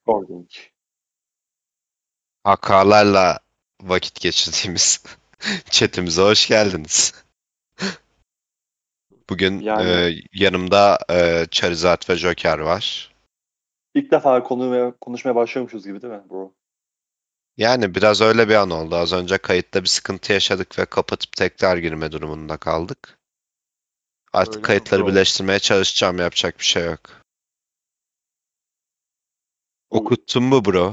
Recording. Hakalarla vakit geçirdiğimiz chatimize hoş geldiniz. Bugün Yani yanımda Charizard ve Joker var. ilk defa konuşmaya başlıyormuşuz gibi değil mi bro? Yani biraz öyle bir an oldu. Az önce kayıtta bir sıkıntı yaşadık ve kapatıp tekrar girme durumunda kaldık. Artık Öyle mi kayıtları bro? birleştirmeye çalışacağım. Yapacak bir şey yok. Bu Okuttun mu bro?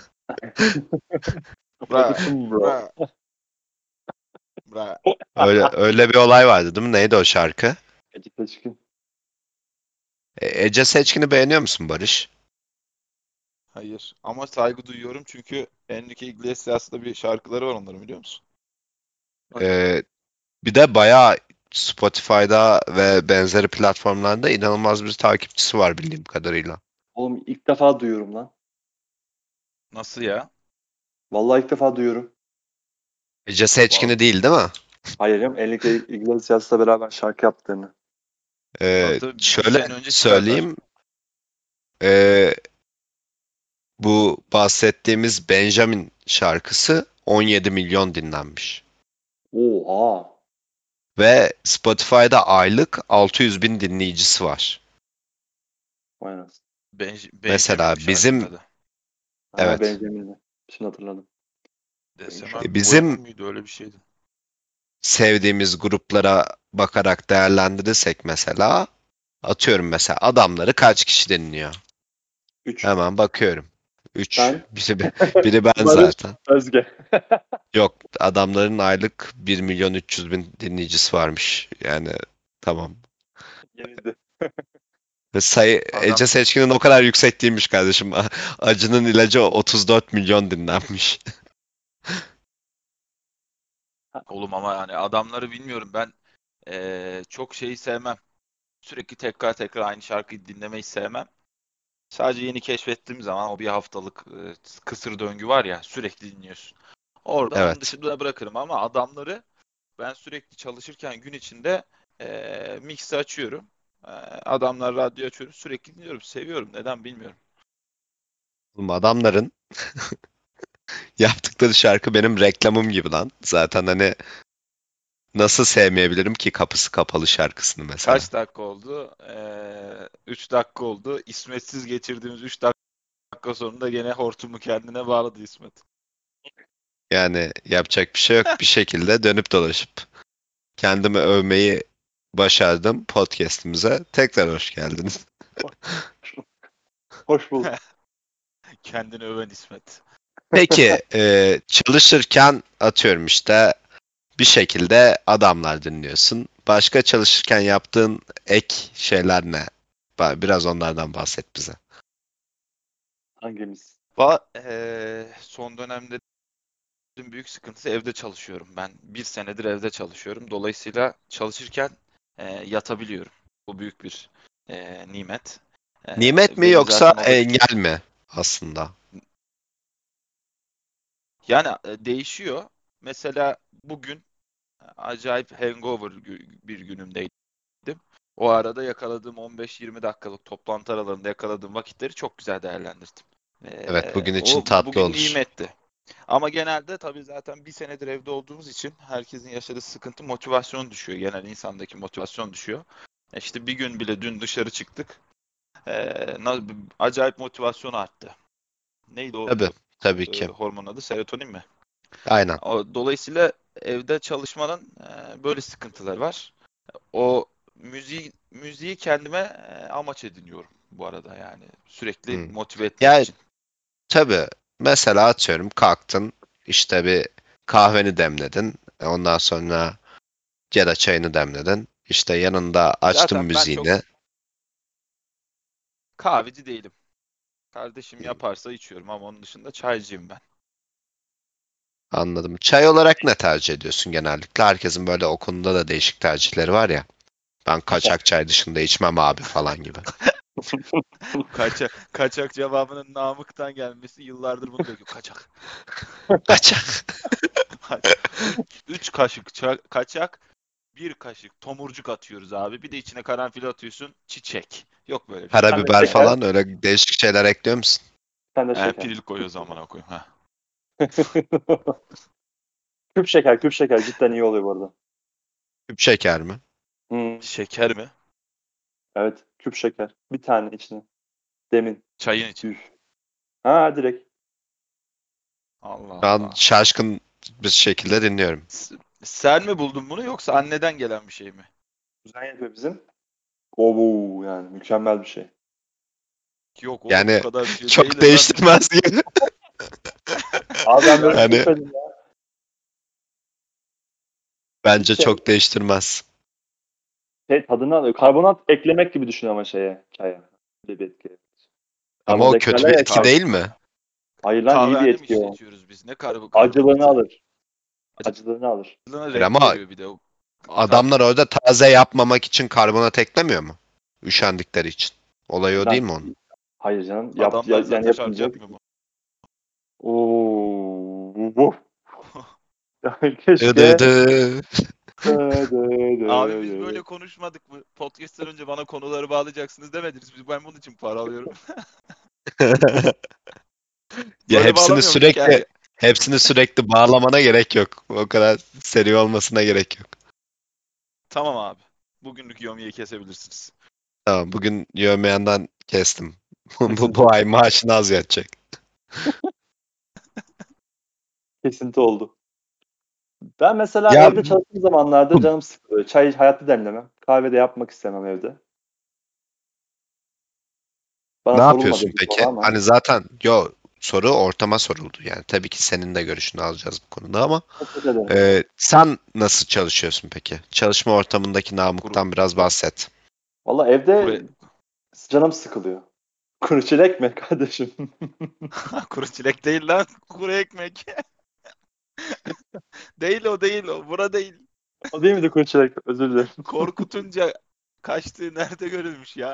Bra, okudum bro. bra, bra. Öyle bir olay vardı değil mi? Neydi o şarkı? Ecik Seçkin. Ece Seçkin'i beğeniyor musun Barış? Hayır. Ama saygı duyuyorum çünkü Enrique Iglesias'ta bir şarkıları var onların biliyor musun? E, Bir de bayağı Spotify'da ve benzeri platformlarda inanılmaz bir takipçisi var bildiğim kadarıyla. Oğlum ilk defa duyuyorum lan. Nasıl ya? Vallahi ilk defa duyuyorum. Ece Vallahi, Seçkin'i değil mi? Hayır canım. Enrique Iglesias'la beraber şarkı yaptığını. bir Şöyle sene önce çıkardılar. söyleyeyim. Ee, Bu bahsettiğimiz Benjamin şarkısı 17 milyon dinlenmiş. Oha. Ve Spotify'da aylık 600 bin dinleyicisi var. Vay anasını. Mesela Benjamin mi şarkının bizim, adı? Ha evet, Benjamin'le. Şimdi hatırladım. Desemen Boyman bizim mıydı öyle bir şeydi. sevdiğimiz gruplara bakarak değerlendirirsek mesela, atıyorum mesela adamları kaç kişi dinliyor? 3. Hemen bakıyorum. 3. Ben. Biri ben Barış. zaten. Özge. Yok, adamların aylık 1.300.000 dinleyicisi varmış. Yani tamam. Yenildi. Ve sayı Adam Ece Seçkin'in o kadar yüksek değilmiş kardeşim. Acının ilacı 34 milyon dinlenmiş. oğlum ama yani adamları bilmiyorum ben çok şeyi sevmem. Sürekli tekrar tekrar aynı şarkıyı dinlemeyi sevmem. Sadece yeni keşfettiğim zaman o bir haftalık kısır döngü var ya sürekli dinliyorsun. Orada onun Evet. dışında bırakırım ama adamları ben sürekli çalışırken gün içinde mix'i açıyorum. Adamlar radyo açıyorum. Sürekli dinliyorum. Seviyorum. Neden bilmiyorum. Oğlum adamların yaptıkları şarkı benim reklamım gibi lan. Zaten hani nasıl sevmeyebilirim ki Kapısı Kapalı şarkısını mesela. Kaç dakika oldu? 3 dakika oldu. İsmetsiz geçirdiğimiz 3 dakika sonunda gene hortumu kendine bağladı İsmet. Yani yapacak bir şey yok. Bir şekilde dönüp dolaşıp kendimi övmeyi başardım podcast'imize. Tekrar hoş geldiniz. Hoş bulduk. Kendini öven İsmet. Peki çalışırken atıyorum işte bir şekilde adamlar dinliyorsun. Başka çalışırken yaptığın ek şeyler ne? Biraz onlardan bahset bize. Hangimiz? Son dönemde büyük sıkıntısı evde çalışıyorum. Ben bir senedir evde çalışıyorum. Dolayısıyla çalışırken yatabiliyorum. Bu büyük bir nimet. Nimet mi Benim yoksa zaten oda küçük. engel mi aslında? Yani değişiyor. Mesela bugün acayip hangover bir günümdeydim. O arada yakaladığım 15-20 dakikalık toplantı aralarında yakaladığım vakitleri çok güzel değerlendirdim. Evet, bugün için O tatlı bugün olur. nimetti. Ama genelde tabii zaten bir senedir evde olduğumuz için herkesin yaşadığı sıkıntı motivasyon düşüyor. Genel insandaki motivasyon düşüyor. İşte bir gün bile dün dışarı çıktık. Acayip motivasyon arttı. Neydi o Tabii, tabii ki. hormon adı? Serotonin mi? Aynen. Dolayısıyla evde çalışmanın böyle sıkıntıları var. O müziği kendime amaç ediniyorum bu arada yani sürekli Hmm. motive etmek Ya için. tabii, mesela atıyorum kalktın işte bir kahveni demledin. Ondan sonra ya da çayını demledin. İşte yanında açtın Zaten ben çok müziğini. kahveci değilim. Kardeşim Hmm, yaparsa içiyorum ama onun dışında çaycıyım ben. anladım. Çay olarak ne tercih ediyorsun genellikle? Herkesin böyle o konuda da değişik tercihleri var ya. Ben kaçak çay dışında içmem abi falan gibi. Kaçak cevabının Namık'tan gelmesi yıllardır bunu bekliyor. Kaçak. Kaçak. Kaçak. 3 kaşık kaçak, bir kaşık tomurcuk atıyoruz abi. Bir de içine karanfil atıyorsun. Çiçek. Yok böyle bir şey. Sen de Karabiber şeker. falan öyle değişik şeyler ekliyor musun? Sen de şeker. Piril koy o zaman koyayım. Ha. Küp şeker cidden iyi oluyor bu arada. Küp şeker mi? Şeker mi? Evet, küp şeker. Bir tane içine. Demin. Çayın için. Üf. Ha, direkt. Allah Şu an Allah. şaşkın bir şekilde dinliyorum. Sen mi buldun bunu yoksa anneden gelen bir şey mi? Kuzen yapıyor bizim. Oo, yani mükemmel bir şey. Yok oğlum Yani bu kadar bir şey değil çok de değiştirmez gibi. Abi ben böyle Hani- bir şey söyledim ya. Bence Şey- çok değiştirmez. Tadını alıyor. Karbonat eklemek gibi düşün ama çaya. Öyle bir etki. Ama o Karbonat kötü eklerler bir ya etki çay. değil mi? Hayır lan, iyi bir Kahvehane mi etki o. işletiyoruz biz? Ne karbonatı? Acılığını alır. Acılığını alır. Renk Ama veriyor bir de o. adamlar orada taze yapmamak için karbonat eklemiyor mu? Üşendikleri için. Olay o değil mi onun? Hayır canım. Adamlar zaten Yani şarkı yapınca. yapmıyor mu? Oo. Dı Keşke. dı. Abi biz böyle konuşmadık mı? Podcast'ten önce bana konuları bağlayacaksınız demediniz. Ben bunun için para alıyorum. Ya Böyle bağlamıyor muyduk yani? hepsini sürekli bağlamana gerek yok. O kadar seri olmasına gerek yok. Tamam abi. Bugünlük yomiyi kesebilirsiniz. Tamam, bugün yövmeyenden kestim. Bu ay maaşını az yatacak. Kesinti oldu. Ben mesela Ya evde çalıştığım zamanlarda canım sıkılıyor. Çay hayatta demlemem. Kahve de yapmak istemem evde. Bana ne sorulmadı yapıyorsun bu soru peki? ama. Hani zaten soru ortama soruldu yani. Tabii ki senin de görüşünü alacağız bu konuda ama Teşekkür ederim. sen nasıl çalışıyorsun peki? Çalışma ortamındaki Kuru, namıktan biraz bahset. Valla evde kuru, canım sıkılıyor. Kuru çilek mi kardeşim? kuru çilek değil lan. Kuru ekmek. Değil o değil o. Bura değil. O değil miydi kuru çilek? Özür dilerim. Korkutunca kaçtığı nerede görülmüş ya?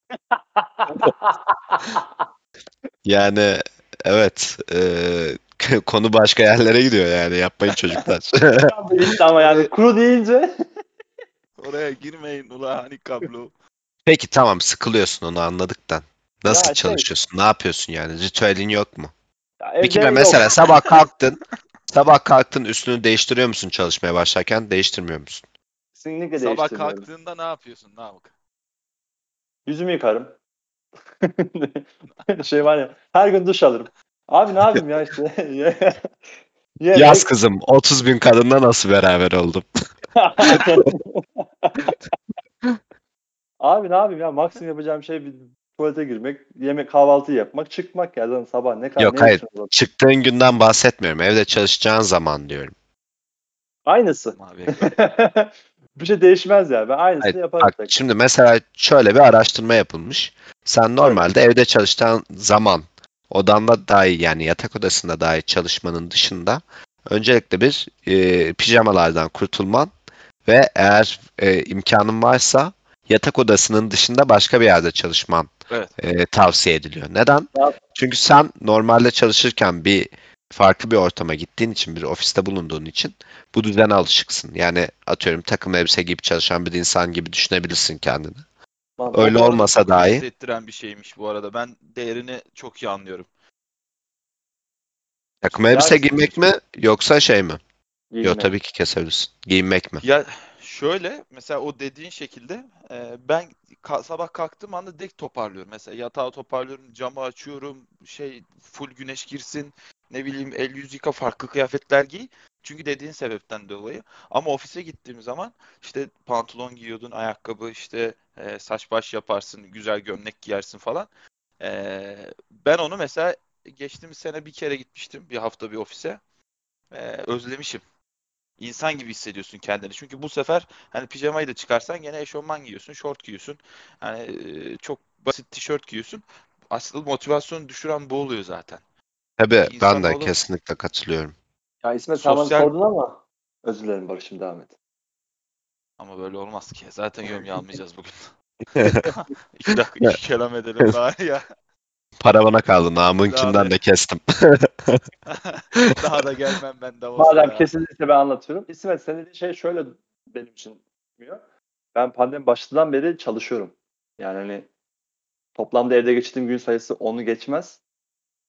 Yani evet, konu başka yerlere gidiyor yani, yapmayın çocuklar. İşte ama yani kuru deyince. Oraya girmeyin ula hani kablo. Peki tamam, sıkılıyorsun, onu anladıktan. Nasıl Ya çalışıyorsun? Ne yapıyorsun yani? Ritüelin yok mu? ya Peki evde ben yok. mesela sabah kalktın üstünü değiştiriyor musun çalışmaya başlarken? Değiştirmiyor musun? Kesinlikle Sabah değiştirmiyorum. kalktığında ne yapıyorsun Namık? Yüzümü yıkarım. Şey var ya, her gün duş alırım. Abi ne yapayım ya işte. Yaz Yemek. kızım, 30 bin kadınla nasıl beraber oldum? Abi ne yapayım ya, maksimum yapacağım şey bir tuvalete girmek, yemek, kahvaltı yapmak, çıkmak ya. Zaten sabah ne kadar Yok ne hayır, yapıyorsun orada? çıktığın günden bahsetmiyorum. Evde çalışacağın zaman diyorum. Aynısı. Abi, Bir şey değişmez ya. Ben Hayır, aynısını yaparım bak tekrar. şimdi mesela şöyle bir araştırma yapılmış. Sen Söyle. normalde evde çalıştığın zaman odanda dahi, yani yatak odasında dahi çalışmanın dışında öncelikle bir pijamalardan kurtulman ve eğer imkanın varsa yatak odasının dışında başka bir yerde çalışman evet. tavsiye ediliyor. Neden? Ya, Çünkü sen normalde çalışırken farklı bir ortama gittiğin için, bir ofiste bulunduğun için bu düzene alışıksın. Yani atıyorum, takım elbise giyip çalışan bir insan gibi düşünebilirsin kendini. O Öyle bu arada olmasa çok iyi dahi hissettiren bir şeymiş bu arada. Ben değerini çok iyi anlıyorum. takım ya elbise giymek mi yoksa şey mi? Yok, giyinmek. tabii ki kesebilirsin. Giyinmek mi? Ya şöyle mesela o dediğin şekilde ben sabah kalktığım anda direkt toparlıyorum. Mesela yatağı toparlıyorum, camı açıyorum, full güneş girsin, ne bileyim el yüz yıka, farklı kıyafetler giy. Çünkü dediğin sebepten dolayı. Ama ofise gittiğim zaman işte pantolon giyiyordun, ayakkabı, işte saç baş yaparsın, güzel gömlek giyersin falan. Ben onu mesela geçtiğimiz sene bir kere gitmiştim, bir hafta bir ofise. Özlemişim. İnsan gibi hissediyorsun kendini. Çünkü bu sefer hani pijamayı da çıkarsan gene eşofman giyiyorsun, şort giyiyorsun. Hani çok basit tişört giyiyorsun. Aslında motivasyonu düşüren bu oluyor zaten. Tabii, ben de İnsanoğlu kesinlikle katılıyorum. Ya İsmet, sen bana sosyal sordun ama özür dilerim Barış'ım, devam et. ama böyle olmaz ki. Zaten gömüye almayacağız bugün. 2 dakika 2 kelam edelim bari ya. Para bana kaldı. Daha Namınkinden da de kestim. daha da gelmem ben Davos'a Madem ya. kesildiyse ben anlatıyorum. İsmet, senin dediğin şey şöyle benim için bitmiyor. Ben pandemi başından beri çalışıyorum. Yani hani toplamda evde geçirdiğim gün sayısı onu geçmez.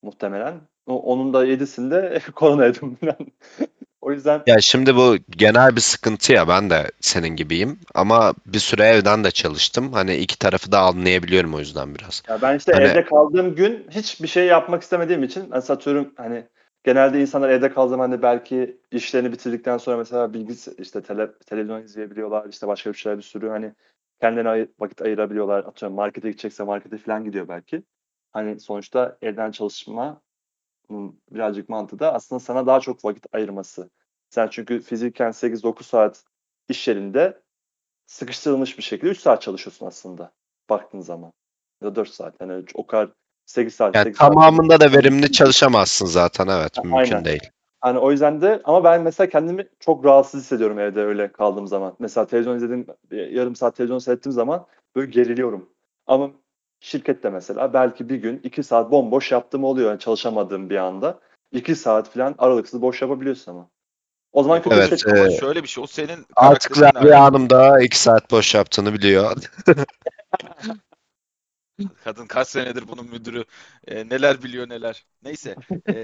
muhtemelen. Onun da 7'sinde koronaydım falan. O yüzden Ya şimdi bu genel bir sıkıntı ya, ben de senin gibiyim ama bir süre evden de çalıştım. Hani iki tarafı da anlayabiliyorum o yüzden biraz. ya ben işte Hani evde kaldığım gün hiçbir şey yapmak istemediğim için mesela atıyorum hani genelde insanlar evde kaldığı zaman hani belki işlerini bitirdikten sonra mesela işte televizyon izleyebiliyorlar, işte başka bir şeyler bir sürü hani kendilerine vakit ayırabiliyorlar. Atıyorum markete gidecekse markete falan gidiyor belki. Hani sonuçta evden çalışma birazcık mantığı da aslında sana daha çok vakit ayırması. Sen çünkü fiziken 8-9 saat iş yerinde sıkıştırılmış bir şekilde 3 saat çalışıyorsun aslında baktığın zaman. Ya da 4 saat. Yani o kadar 8 saat, yani 8 saat tamamında da çalışmak verimli mümkün değil. çalışamazsın zaten, evet, mümkün Aynen. değil. Hani o yüzden de ama ben mesela kendimi çok rahatsız hissediyorum evde öyle kaldığım zaman. Mesela televizyon izlediğim yarım saat televizyon seyrettiğim zaman böyle geriliyorum. Ama şirkette mesela belki bir gün 2 saat bomboş yaptığım oluyor. Yani çalışamadığım bir anda. 2 saat falan aralıksız boş yapabiliyorsun ama. O zaman kötü Evet, Yapabiliyorsun ama hissetmiyorum. şöyle bir şey, o senin artık karakterinle Rabia alakalı. Hanım da 2 saat boş yaptığını biliyor. Kadın kaç senedir bunun müdürü, neler biliyor neler. Neyse,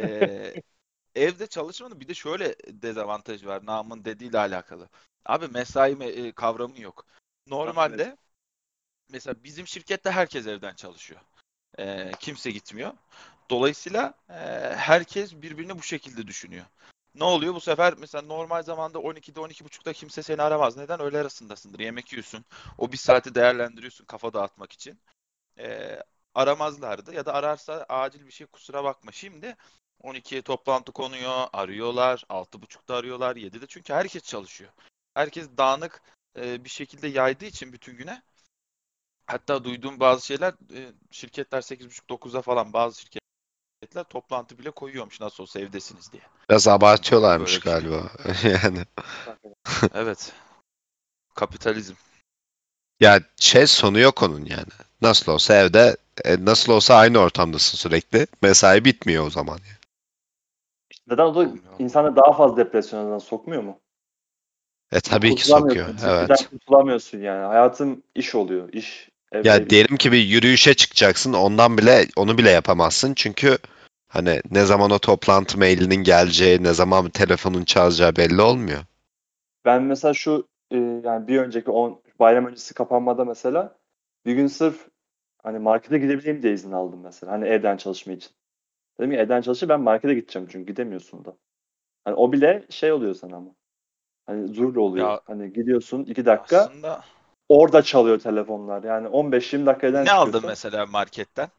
evde çalışmanın bir de şöyle dezavantajı var, Nam'ın dediğiyle alakalı. Abi mesai kavramı yok. Evet. Normalde mesela bizim şirkette herkes evden çalışıyor. Kimse gitmiyor. Dolayısıyla herkes birbirini bu şekilde düşünüyor. Ne oluyor bu sefer? Mesela normal zamanda 12'de 12.30'da kimse seni aramaz. Neden? Öğle arasındasındır. Yemek yiyorsun. O bir saati değerlendiriyorsun kafa dağıtmak için. Ee, Aramazlardı. Ya da ararsa acil bir şey, kusura bakma. Şimdi 12'ye toplantı konuyor. Arıyorlar. 6.30'da arıyorlar. 7'de, çünkü herkes çalışıyor. Herkes dağınık bir şekilde yaydığı için bütün güne. Hatta duyduğum bazı şeyler, şirketler 8.30-9'da falan, bazı şirketler toplantı bile koyuyormuş, nasıl olsa evdesiniz diye. Biraz abartıyorlarmış Böyle bir şey. galiba. Yani Evet. Kapitalizm. ya şey, sonu yok onun yani. Nasıl olsa evde, nasıl olsa aynı ortamdasın sürekli. Mesai bitmiyor o zaman. Neden o da Olmuyor, olmuyor. insanı daha fazla depresyona sokmuyor mu? Tabii ki sokuyor. Kurtulamıyorsun. Çizgiden Evet. kurtulamıyorsun yani. Hayatın iş oluyor. İş, ev Ya iş. diyelim ki bir yürüyüşe çıkacaksın, onu bile yapamazsın çünkü hani ne zaman o toplantı mailinin geleceği, ne zaman bir telefonun çalacağı belli olmuyor. Ben mesela yani bir önceki bayram öncesi kapanmada mesela bir gün sırf hani markete gidebileyim diye izin aldım mesela. Hani evden çalışma için. Dedim ki evden çalışır ben markete gideceğim çünkü gidemiyorsun da. Hani o bile şey oluyor sana ama. Hani zorla oluyor. Ya Hani gidiyorsun 2 dakika aslında orada çalıyor telefonlar. Yani 15-20 dakika evden ne aldın çıkıyorsun. mesela marketten?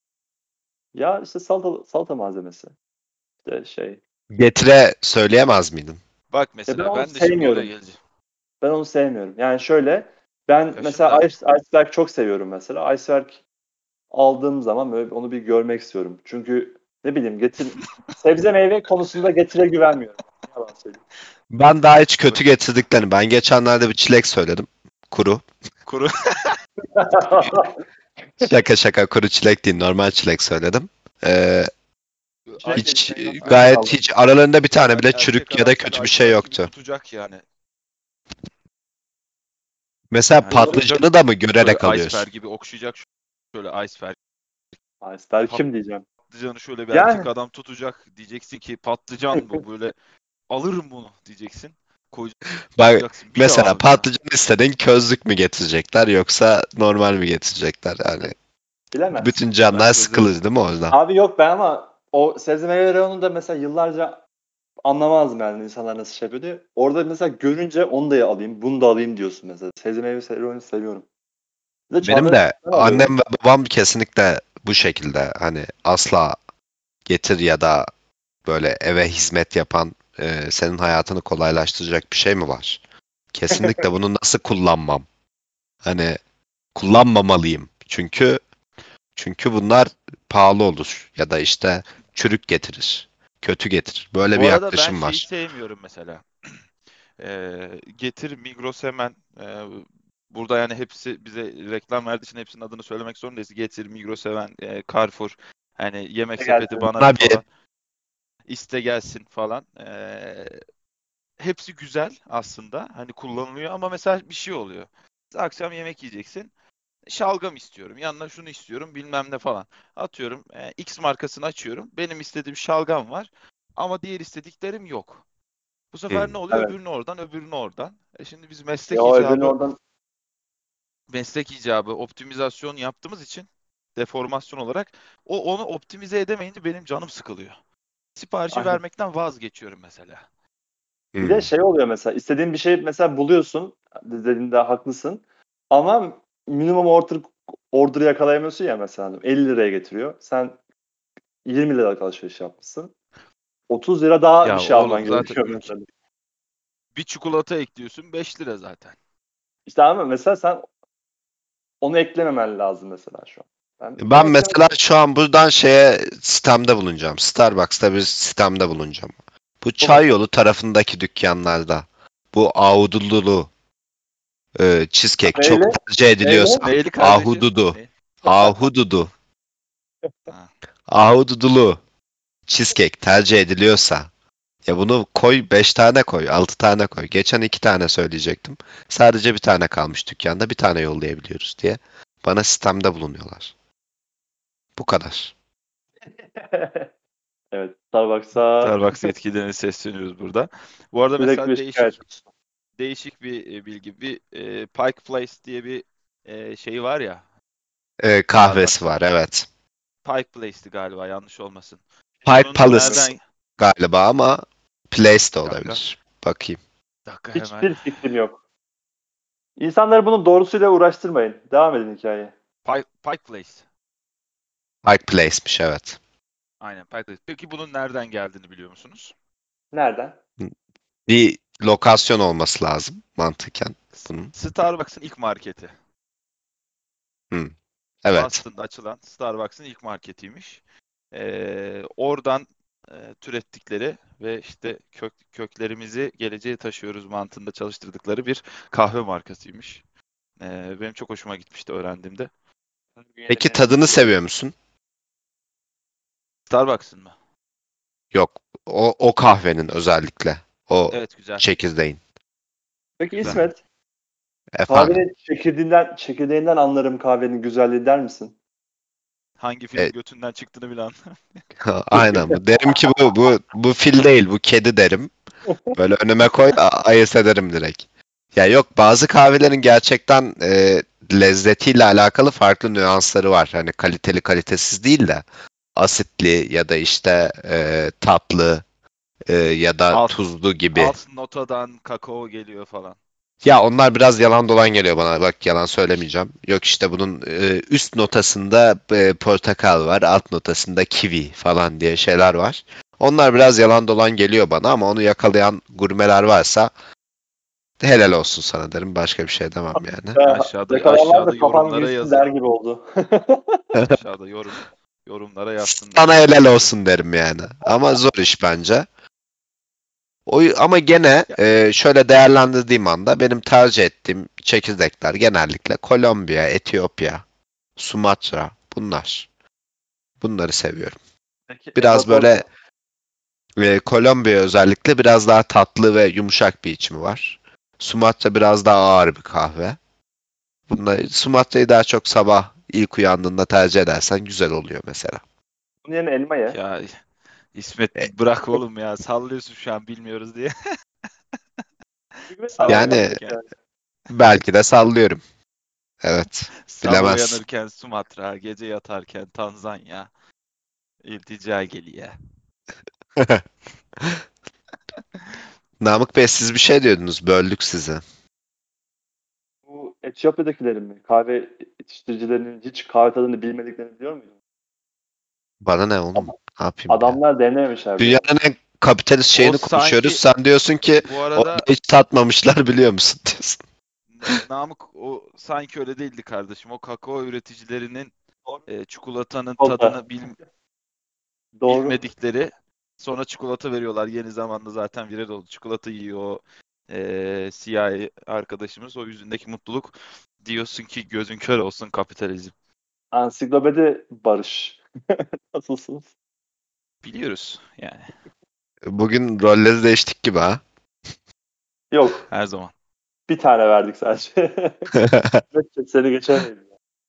Ya işte salata malzemesi. İşte şey. Getire söyleyemez miydin? Bak Ya ben mesela onu ben de şimdi oraya sevmiyorum. geleceğim. Ben onu sevmiyorum. Yani şöyle ben Kaşın mesela nerede? iceberg çok seviyorum mesela. Iceberg aldığım zaman böyle onu bir görmek istiyorum. Çünkü ne bileyim sebze meyve konusunda Getir'e güvenmiyorum. Ne yalan söyleyeyim. Ben daha hiç kötü getirdiklerini. Ben geçenlerde bir çilek söyledim. Kuru. Kuru. Şaka şaka, kuru çilek değil, normal çilek söyledim. Ee, Çilek de hiç içine iceberg gayet, aldım. hiç aralarında bir tane Abi bile erkek çürük ya da adam kötü tabii bir şey iceberg'i bir yoktu. tutacak yani. Mesela Yani Doğru. tutacak patlıcanı da mı böyle görerek alıyorsun? iceberg gibi okşayacak, şöyle iceberg. Iceberg kim diyeceğim. Patlıcanı şöyle bir erkek Yani adam tutacak. Diyeceksin ki patlıcan bu, böyle alırım bunu diyeceksin. Bak, Koyacaksın bir de mesela ağzına. patlıcan istedin, közlük mü getirecekler yoksa normal mi getirecekler? Yani bütün bilemezsin. Ben canlar çözerim. sıkılır değil mi o yüzden? Abi yok ben ama o sebze meyve reyonunu da mesela yıllarca anlamazdım yani insanlar nasıl şey yapıyor diye. Orada mesela görünce onu da alayım, bunu da alayım diyorsun mesela. Sebze meyve reyonunu seviyorum. Bir de Benim Çağlar de Çağlar'dan alıyorum. annem ve babam kesinlikle bu şekilde, hani asla getir ya da böyle eve hizmet yapan, senin hayatını kolaylaştıracak bir şey mi var? Kesinlikle bunu nasıl kullanmam? Hani kullanmamalıyım. Çünkü bunlar pahalı olur ya da işte çürük getirir, kötü getirir. Böyle bir Bu arada ben yaklaşım şeyi var. sevmiyorum mesela. Getir, Migros, hemen burada yani hepsi bize reklam verdiği için hepsinin adını söylemek zorundayız. Getir, Migros, hemen Carrefour, hani yemek sepeti, Gelsin. bana ne Bana bir falan, iste gelsin falan. Hepsi güzel aslında. Hani kullanılıyor ama mesela bir şey oluyor. Akşam yemek yiyeceksin. şalgam istiyorum. Yanına şunu istiyorum bilmem ne falan. Atıyorum X markasını açıyorum. Benim istediğim şalgam var. Ama diğer istediklerim yok. Bu sefer ne Hmm. oluyor? Evet. Öbürünü oradan, öbürünü oradan. Şimdi biz Ya o öbürünü oradan meslek icabı optimizasyon yaptığımız için deformasyon olarak onu optimize edemeyince benim canım sıkılıyor. Siparişi aynen. vermekten vazgeçiyorum mesela. Bir de Hmm. şey oluyor mesela istediğin bir şey mesela buluyorsun dediğinde haklısın ama minimum order yakalayamıyorsun ya mesela 50 liraya getiriyor. Sen 20 liralık alışveriş yapmışsın. 30 lira daha bir Ya şey alman oğlum zaten gerekiyor mesela. bir çikolata ekliyorsun 5 lira zaten. İşte ama mesela sen onu eklememen lazım mesela şu an. Ben Ben eklemek mesela şu an buradan sistemde bulunacağım. Starbucks'ta bir sistemde bulunacağım. Bu çay bulun. yolu tarafındaki dükkanlarda bu ahududulu cheesecake çok Neyle? tercih ediliyorsa Neyle? Neyli kardeşim? ahududu Ne? ahududu Ha. ahududulu cheesecake tercih ediliyorsa ya bunu koy 5 tane koy 6 tane koy. Geçen 2 tane söyleyecektim. Sadece bir tane kalmış dükkanda bir tane yollayabiliyoruz diye. Bana sistemde bulunuyorlar. Bu kadar. Evet, Starbucks'a Starbucks yetkililerine sesleniyoruz burada. Bu arada sürekli mesela şikayet. değişik bir bilgi. Bir Pike Place diye bir şey var ya Kahvesi Starbucks'ın. var evet. Pike Place'ti galiba yanlış olmasın. Pike Bunun Palace nereden... galiba ama Place de Bir dakika. olabilir. Bakayım. Bir dakika hemen. Hiçbir fikrim yok. İnsanları bunun doğrusuyla uğraştırmayın. Devam edin hikayeye. Pike Place. Pike Place'miş evet. Aynen Pike Place. Peki bunun nereden geldiğini biliyor musunuz? Nereden? Bir lokasyon olması lazım mantıken bunun. Starbucks'ın ilk marketi. Hı, evet. Boston'da açılan Starbucks'ın ilk marketiymiş. Oradan türettikleri ve işte köklerimizi geleceğe taşıyoruz mantığında çalıştırdıkları bir kahve markasıymış. Benim çok hoşuma gitmişti öğrendiğimde. Peki tadını seviyor musun? Starbucks'ın mı? Yok. O kahvenin özellikle. O Evet güzel. çekirdeğin. Peki Güzel. İsmet, Efendim. kahvenin çekirdeğinden anlarım kahvenin güzelliği der misin? Hangi E, filin götünden çıktığını bile aynen bu. Derim ki bu fil değil bu kedi derim. Böyle önüme koy ayırt ederim direkt. Ya yok bazı kahvelerin gerçekten lezzetiyle alakalı farklı nüansları var. Hani kaliteli kalitesiz değil de asitli ya da işte tatlı ya da alt, tuzlu gibi. alt notadan kakao geliyor falan. Ya onlar biraz yalan dolan geliyor bana. Bak yalan söylemeyeceğim. Yok işte bunun üst notasında portakal var, alt notasında kivi falan diye şeyler var. Onlar biraz yalan dolan geliyor bana ama onu yakalayan gurmeler varsa helal olsun sana derim. Başka bir şey demem yani. Yakalayanlar da Aşağıda kafam yorumlara gitsin yazın. der gibi oldu. Aşağıda yorumlara yazsınlar. Sana helal olsun derim yani. Ama zor iş bence. Ama gene Ya, şöyle değerlendirdiğim anda benim tercih ettiğim çekirdekler genellikle Kolombiya, Etiyopya, Sumatra bunlar. Bunları seviyorum. Peki Biraz böyle Ekvator'da Kolombiya özellikle biraz daha tatlı ve yumuşak bir içimi var. Sumatra biraz daha ağır bir kahve. Sumatra'yı daha çok sabah ilk uyandığında tercih edersen güzel oluyor mesela. bunun yerine elma ye. ya İsmet E, bırak oğlum ya sallıyorsun şu an bilmiyoruz diye. Hükümet Sabah alakası Yani yok uyanırken yani. belki de sallıyorum. Evet. sabah Bilemezsin. uyanırken Sumatra, gece yatarken Tanzanya, iltica geliyor. Namık Bey siz bir şey diyordunuz. Böldük sizi. Bu Etiyopya'dakilerin mi? Kahve yetiştiricilerinin hiç kahve tadını bilmediklerini biliyor muydun? Bana ne oğlum? Ama Ne yapayım ya? adamlar denememişler bile. Dünyanın en kapitalist O şeyini konuşuyoruz. sanki Sen diyorsun ki bu orada arada hiç tatmamışlar biliyor musun diyorsun. Namık o sanki öyle değildi kardeşim. O kakao üreticilerinin Doğru. çikolatanın Çikolata. tadını Doğru. bilmedikleri sonra çikolata veriyorlar. Yeni zamanda zaten viral oldu. Çikolata yiyor o siyahi arkadaşımız. O yüzündeki mutluluk diyorsun ki gözün kör olsun kapitalizm. Ansiklopedi Barış. Nasılsınız? Biliyoruz yani Bugün rolleri değiştik gibi ha. Yok. her zaman. Bir tane verdik sadece. Seni geçemeyiz.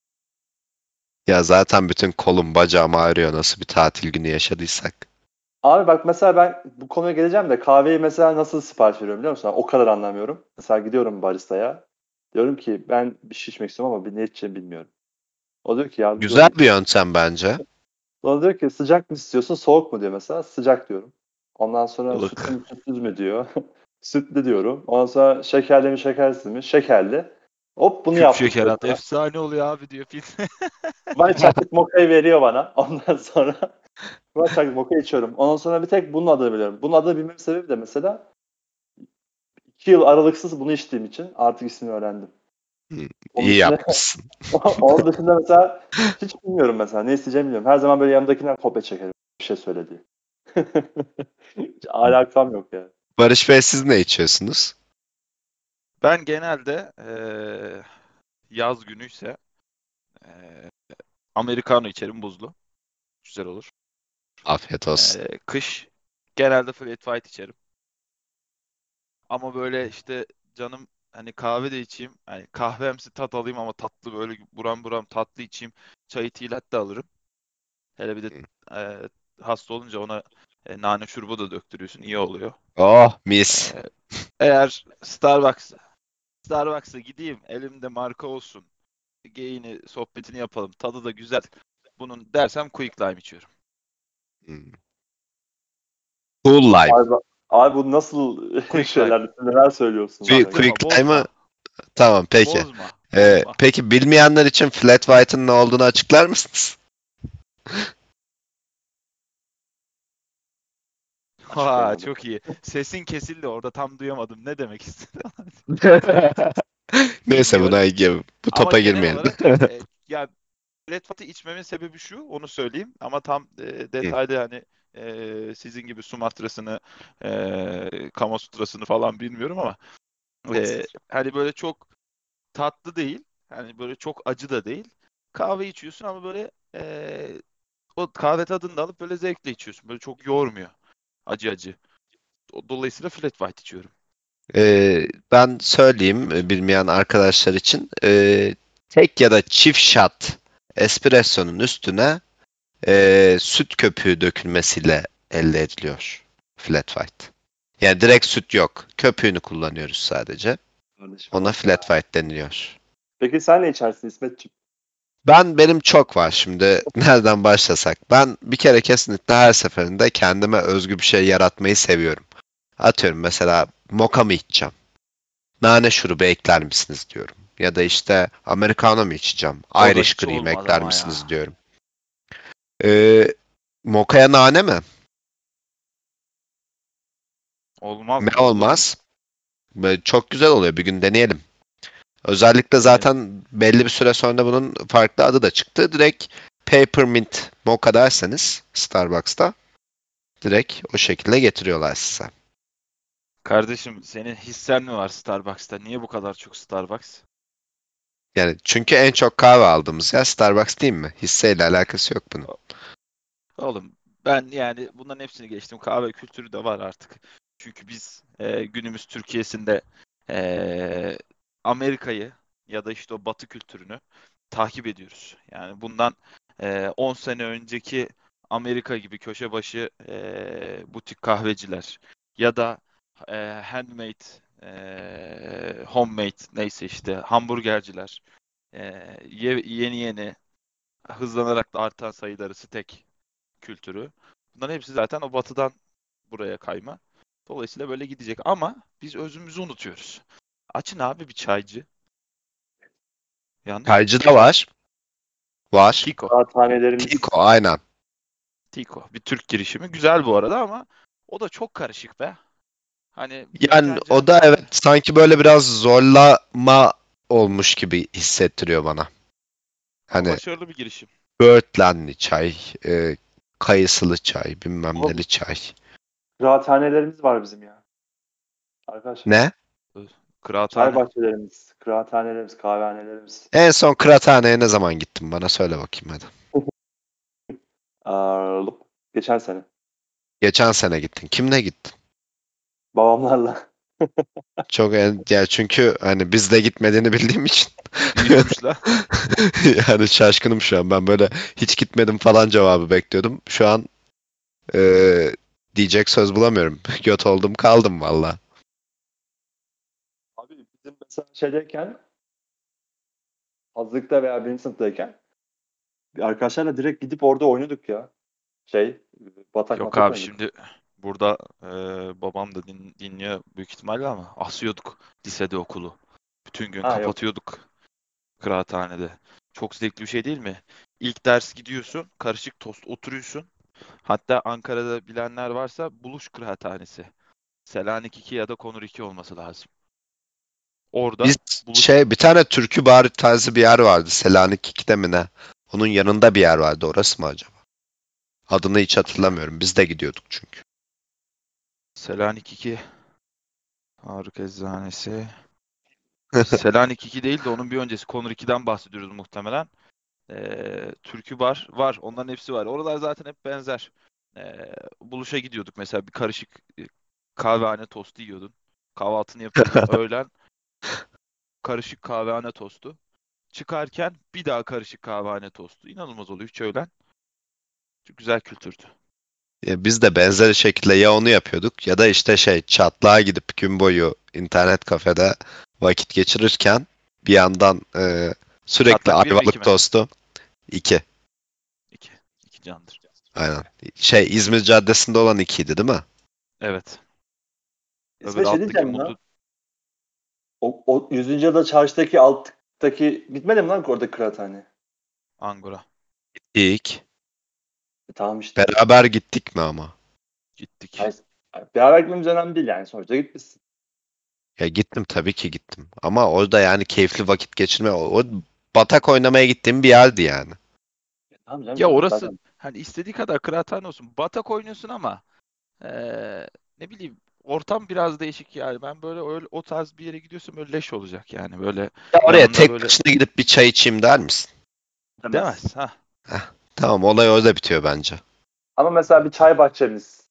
Ya zaten bütün kolum bacağım ağrıyor nasıl bir tatil günü yaşadıysak. Abi bak mesela ben bu konuya geleceğim de kahveyi mesela nasıl sipariş veriyorum biliyor musun? O kadar anlamıyorum. Mesela gidiyorum baristaya. Diyorum ki ben bir şey içmek istiyorum ama ne içeceğimi bilmiyorum. O diyor ki yardımcı Güzel olayım. bir yöntem bence. Sonra diyor ki sıcak mı istiyorsun soğuk mu diyor mesela. Sıcak diyorum. Ondan sonra Ilık. sütlü mü sütsüz mü diyor. Sütlü diyorum. Ondan sonra şekerli mi şekersiz mi? Şekerli. Hop bunu Küp yaptık şeker diyor at. sana. Efsane oluyor abi diyor film. Ben çaklık mokayı veriyor bana. Ondan sonra ben çaklık mokayı içiyorum. Ondan sonra bir tek bunun adını biliyorum. Bunun adını bilmem sebebi de mesela 2 yıl aralıksız bunu içtiğim için artık ismini öğrendim. Hı, Onun İyi dışında, yapmışsın. onun dışında mesela hiç bilmiyorum mesela. Ne isteyeceğimi bilmiyorum. Her zaman böyle yanımdakinden kopya çekerim. Bir şey söyledi. Hiç alakam yok yani. Barış Bey siz ne içiyorsunuz? Ben genelde yaz günüyse Americano içerim buzlu. Güzel olur. Afiyet olsun. Kış genelde flat white içerim. Ama böyle işte canım hani kahve de içeyim. Hani kahvemsi tat alayım ama tatlı böyle buram buram tatlı içeyim. Çay tea latte alırım. Hele bir de e, hasta olunca ona nane şurubu da döktürüyorsun. İyi oluyor. Oh mis. E, Eğer Starbucks'a gideyim elimde marka olsun. Geyini sohbetini yapalım. Tadı da güzel. Bunun dersem Quick Lime içiyorum. Hmm. Cool Lime. Abi bu nasıl Quick Lime. şeyler, neler söylüyorsunuz ya? Çaktırma, Quick Lime'ı bozma. tamam peki. Bozma. Bozma. Peki bilmeyenler için Flat White'ın ne olduğunu açıklar mısınız? Açıklayın Ha, abi. çok iyi. Sesin kesildi orada tam duyamadım. Ne demek istedin? Neyse Bilmiyorum. bu Ama topa genel girmeyelim. olarak ya Red Fat'ı içmemin sebebi şu, onu söyleyeyim. Ama tam Hı, detaylı hani sizin gibi Sumatra'sını, Kama Sutra'sını falan bilmiyorum ama hani böyle çok tatlı değil. Hani böyle çok acı da değil. Kahve içiyorsun ama böyle o kahve tadını da alıp böyle zevkle içiyorsun. Böyle çok yormuyor. Acı acı. Dolayısıyla flat white içiyorum. Ben söyleyeyim bilmeyen arkadaşlar için. Tek ya da çift shot espresso'nun üstüne süt köpüğü dökülmesiyle elde ediliyor Flat White. Yani direkt süt yok. Köpüğünü kullanıyoruz sadece. Kardeşim Ona bak ya. Flat White deniliyor. Peki sen ne içersin İsmetciğim? Benim çok var şimdi. Nereden başlasak? Ben bir kere kesinlikle her seferinde kendime özgü bir şey yaratmayı seviyorum. Atıyorum mesela moka mı içeceğim? Nane şurubu ekler misiniz diyorum. Ya da işte Americano mu içeceğim? O da Irish hiç Cream olmaz ekler ama misiniz ya. diyorum. Mokaya nane mi? Olmaz Ne mı? Olur mu? olmaz? Böyle çok güzel oluyor. Bir gün deneyelim. Özellikle Deneyelim. zaten belli bir süre sonra bunun farklı adı da çıktı. Direkt Peppermint Mocha derseniz Starbucks'ta direkt o şekilde getiriyorlar size. Kardeşim senin hissen mi var Starbucks'ta? Niye bu kadar çok Starbucks? Yani çünkü en çok kahve aldığımız yer Starbucks değil mi? Hisseyle alakası yok bunun. Oğlum ben yani bunların hepsini geçtim. Kahve kültürü de var artık. Çünkü biz günümüz Türkiye'sinde e, Amerika'yı ya da işte o Batı kültürünü takip ediyoruz. Yani bundan 10 sene önceki Amerika gibi köşe başı butik kahveciler ya da handmade, homemade neyse işte hamburgerciler, e, yeni yeni hızlanarak da artan sayıları steak kültürü. Bunların hepsi zaten o batıdan buraya kayma. Dolayısıyla böyle gidecek ama biz özümüzü unutuyoruz. Açın abi bir çaycı. Yanlış mıyım? Çaycı da var. Var. Tiko. Kıraathanelerimiz. Tiko aynen. Tiko. Bir Türk girişimi. Güzel bu arada ama o da çok karışık be. Hani Yani fincan o da evet kahve. sanki böyle biraz zorlama olmuş gibi hissettiriyor bana. Ama Hani başarılı bir girişim. böğürtlenli çay, kayısılı çay, bilmem Oğlum neli çay. kıraathanelerimiz var bizim ya. Arkadaşlar. Ne? Çay Kıraathane. bahçelerimiz, kıraathanelerimiz, kahvehanelerimiz. En son kıraathaneye ne zaman gittin? Bana söyle bakayım hadi. Geçen sene. Geçen sene gittin. Kimle gittin? Babamlarla. Çok ya çünkü hani biz de gitmediğini bildiğim için İyiymiş lan. yani şaşkınım şu an. Ben böyle hiç gitmedim falan cevabı bekliyordum. Şu an diyecek söz bulamıyorum. Göt oldum kaldım valla. Abi bizim mesela şeydeyken, hazırlıkta veya birinci sınıftayken bir arkadaşlarla direkt gidip orada oynuyorduk ya. Şey, batak Yok matak abi oynadık. şimdi burada babam da dinliyor büyük ihtimalle ama asıyorduk lisede okulu. Bütün gün Ha yok. kapatıyorduk kıraathanede. Çok zevkli bir şey değil mi? İlk ders gidiyorsun, karışık tost oturuyorsun. Hatta Ankara'da bilenler varsa Buluş Kıraathanesi. Selanik 2 ya da Konur 2 olması lazım. Biz Orada buluşup bir tane türkü bar tarzı bir yer vardı. Selanik 2'de mi ne? Onun yanında bir yer vardı. Orası mı acaba? Adını hiç hatırlamıyorum. Biz de gidiyorduk çünkü. Selanik 2 Tarık Eczanesi. Selanik 2 değil de onun bir öncesi Konur 2'den bahsediyoruz muhtemelen. Türkü bar var. Onların hepsi var. Oralar zaten hep benzer. Buluşa gidiyorduk mesela bir karışık kahvehane tostu yiyordun. Kahvaltını yapıyordun. Öğlen karışık kahvehane tostu. Çıkarken bir daha karışık kahvehane tostu. İnanılmaz oluyor. Hiç öğlen. Çok güzel kültürdü. Ya biz de benzer şekilde ya onu yapıyorduk ya da işte çatlağa gidip gün boyu internet kafede vakit geçirirken bir yandan sürekli Çatlak 1 mi 2 Ayvalık mi? tostu 2. 2. 2 candır. Aynen. İzmir Caddesi'nde olan 2'ydi değil mi? Evet. Öbür İsmet şey alttaki diyeceğim ya. Mutlu. O 100. yılda çarşıdaki alttaki gitmedin mi lan orada kıraathane? Angora. İlk. Tamam işte. Beraber gittik mi ama? Gittik. Hayır, beraber gitmemiz önemli değil yani. Sonuçta gitmişsin. Ya gittim tabii ki gittim. Ama orada yani keyifli vakit geçirme. O batak oynamaya gittiğim bir yerdi yani. Tamam canım Ya işte orası zaten. hani istediği kadar kıraathane olsun. Batak oynuyorsun ama ne bileyim ortam biraz değişik yani. Ben böyle öyle, o tarz bir yere gidiyorsam böyle leş olacak yani. Böyle Ya oraya yanında tek böyle başına gidip bir çay içeyim der misin? Demez. demez. Ha. Heh, tamam olay orada bitiyor bence. Ama mesela bir çay bahçemiz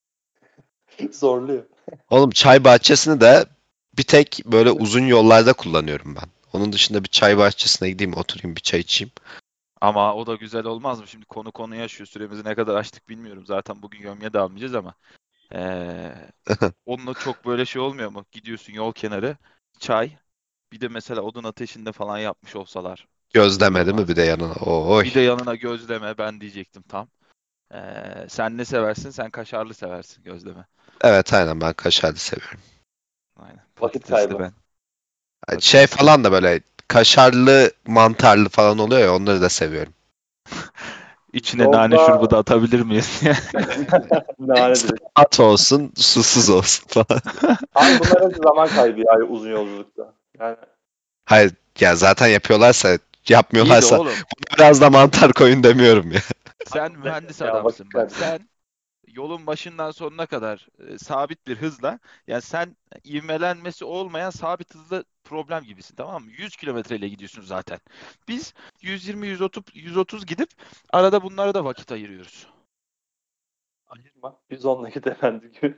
zorluyor. Oğlum çay bahçesini de bir tek böyle uzun yollarda kullanıyorum ben. Onun dışında bir çay bahçesine gideyim oturayım bir çay içeyim. Ama o da güzel olmaz mı? Şimdi konu yaşıyor. Süremizi ne kadar açtık bilmiyorum. Zaten bugün gömye de almayacağız ama. Onunla çok böyle şey olmuyor mu? Gidiyorsun yol kenarı, çay. Bir de mesela odun ateşinde falan yapmış olsalar. Gözleme değil mi bir Inanılmaz. de yanına? Oy. Bir de yanına gözleme ben diyecektim tam. Sen ne seversin? Sen kaşarlı seversin gözleme. Evet aynen ben kaşarlı seviyorum. Aynen. Vakit Patatesli kaybı. ben. Şey Patatesli. falan da böyle kaşarlı mantarlı falan oluyor ya onları da seviyorum. İçine nane Yolda şurubu da atabilir miyiz? nane direkt. At olsun susuz olsun falan. Abi bunlar hep zaman kaybı ya uzun yolculukta. Yani Hayır ya zaten yapıyorlarsa İyi de yapmıyorlarsa oğlum biraz da mantar koyun demiyorum ya. sen mühendis ya vakit adamsın bak. kaybı. Sen yolun başından sonuna kadar sabit bir hızla yani sen ivmelenmesi olmayan sabit hızla problem gibisin tamam mı? 100 kilometreyle gidiyorsun zaten. Biz 120-130 gidip arada bunlara da vakit ayırıyoruz. Ayırma. 110'la git efendi gibi.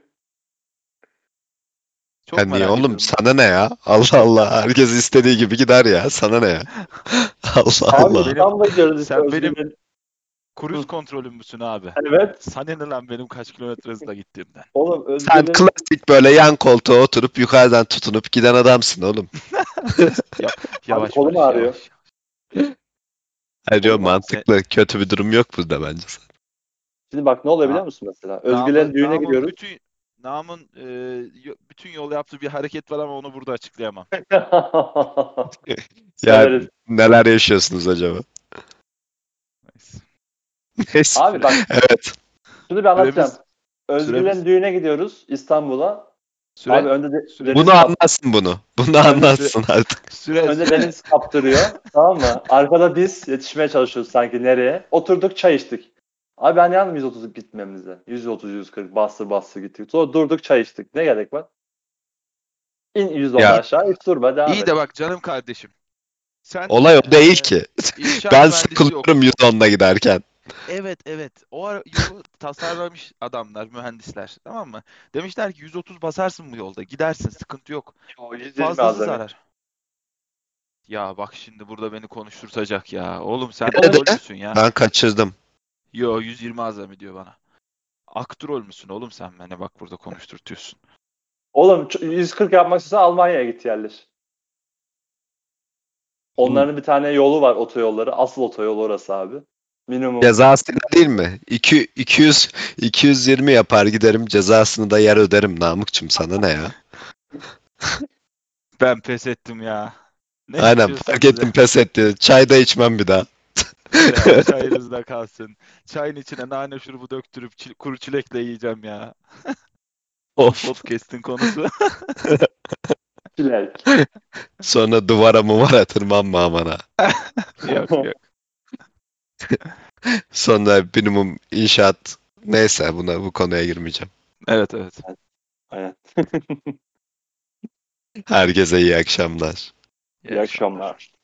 Ya Çok niye merak oğlum ediyorum. sana ne ya? Allah Allah herkes istediği gibi gider ya sana ne ya? Allah Sen Abi Allah. benim İstanbul'da gördük işte sen benim Özgür'ün. kruz Hı, kontrolüm müsün abi? evet. Sana ne lan benim kaç kilometre hızla gittiğimden? Oğlum Sen Özgür'ün klasik böyle yan koltuğa oturup yukarıdan tutunup giden adamsın oğlum. Ya, abi yavaş kolum Barış ağrıyor. yavaş. Hayır diyorum, Oğlum sen, mantıklı. Kötü bir durum yok burada bence. Şimdi bak ne oluyor na, biliyor musun mesela? Özgür'ün düğüne Namın gidiyoruz. bütün yol yaptığı bir hareket var ama onu burada açıklayamam. Ya Severiz. neler yaşıyorsunuz acaba? Neyse. Neyse. Abi bak Evet. şunu bir anlatacağım. Süremiz Özgür'ün süremiz düğüne gidiyoruz İstanbul'a. Abi süre önde Bunu Deniz anlatsın bunu. Bunu önde, anlatsın artık. önde süre Deniz kaptırıyor. Tamam mı? Arkada biz yetişmeye çalışıyoruz sanki nereye? Oturduk çay içtik. Abi ben yandım 130 gitmemize. 130-140 bastır bastır gittik. Sonra durduk çay içtik. Ne gerek var? İn 110'da Ya aşağı hiç durma devam iyi de et. bak canım kardeşim. Sen olay o değil ki. inşaat Ben mühendisliği sıkılıyorum okudun. 110'la giderken. Evet. O yolu tasarlamış adamlar, mühendisler. Tamam mı? Demişler ki 130 basarsın bu yolda. Gidersin, sıkıntı yok. O 120 Fazlası azami. zarar. Ya bak şimdi burada beni konuşturtacak ya. Oğlum sen Ne troll de? müsün ya? Ben kaçırdım. Yo 120 azami diyor bana. Aktrol müsün oğlum sen beni bak burada konuşturtuyorsun. Oğlum 140 yapmak istiyorsan Almanya'ya git yerleş. Onların bir tane yolu var, otoyolları. Asıl otoyol orası abi. Minimum. Cezasıyla değil mi? 220 yapar giderim, cezasını da yer öderim Namıkçım, sana ne ya? Ben pes ettim ya. Ne Aynen, fark içiyorsanız ya. ettim, pes etti. Çay da içmem bir daha. Ya çayınızda kalsın. Çayın içine nane şurubu döktürüp kuru çilekle yiyeceğim ya. Of. Podcast'in konusu. Çilek. Sonra duvara muvara tırmanma amana. Yok. Sonra minimum inşaat. Neyse, bu konuya girmeyeceğim. Evet. Aynen. Herkese iyi akşamlar. İyi akşamlar.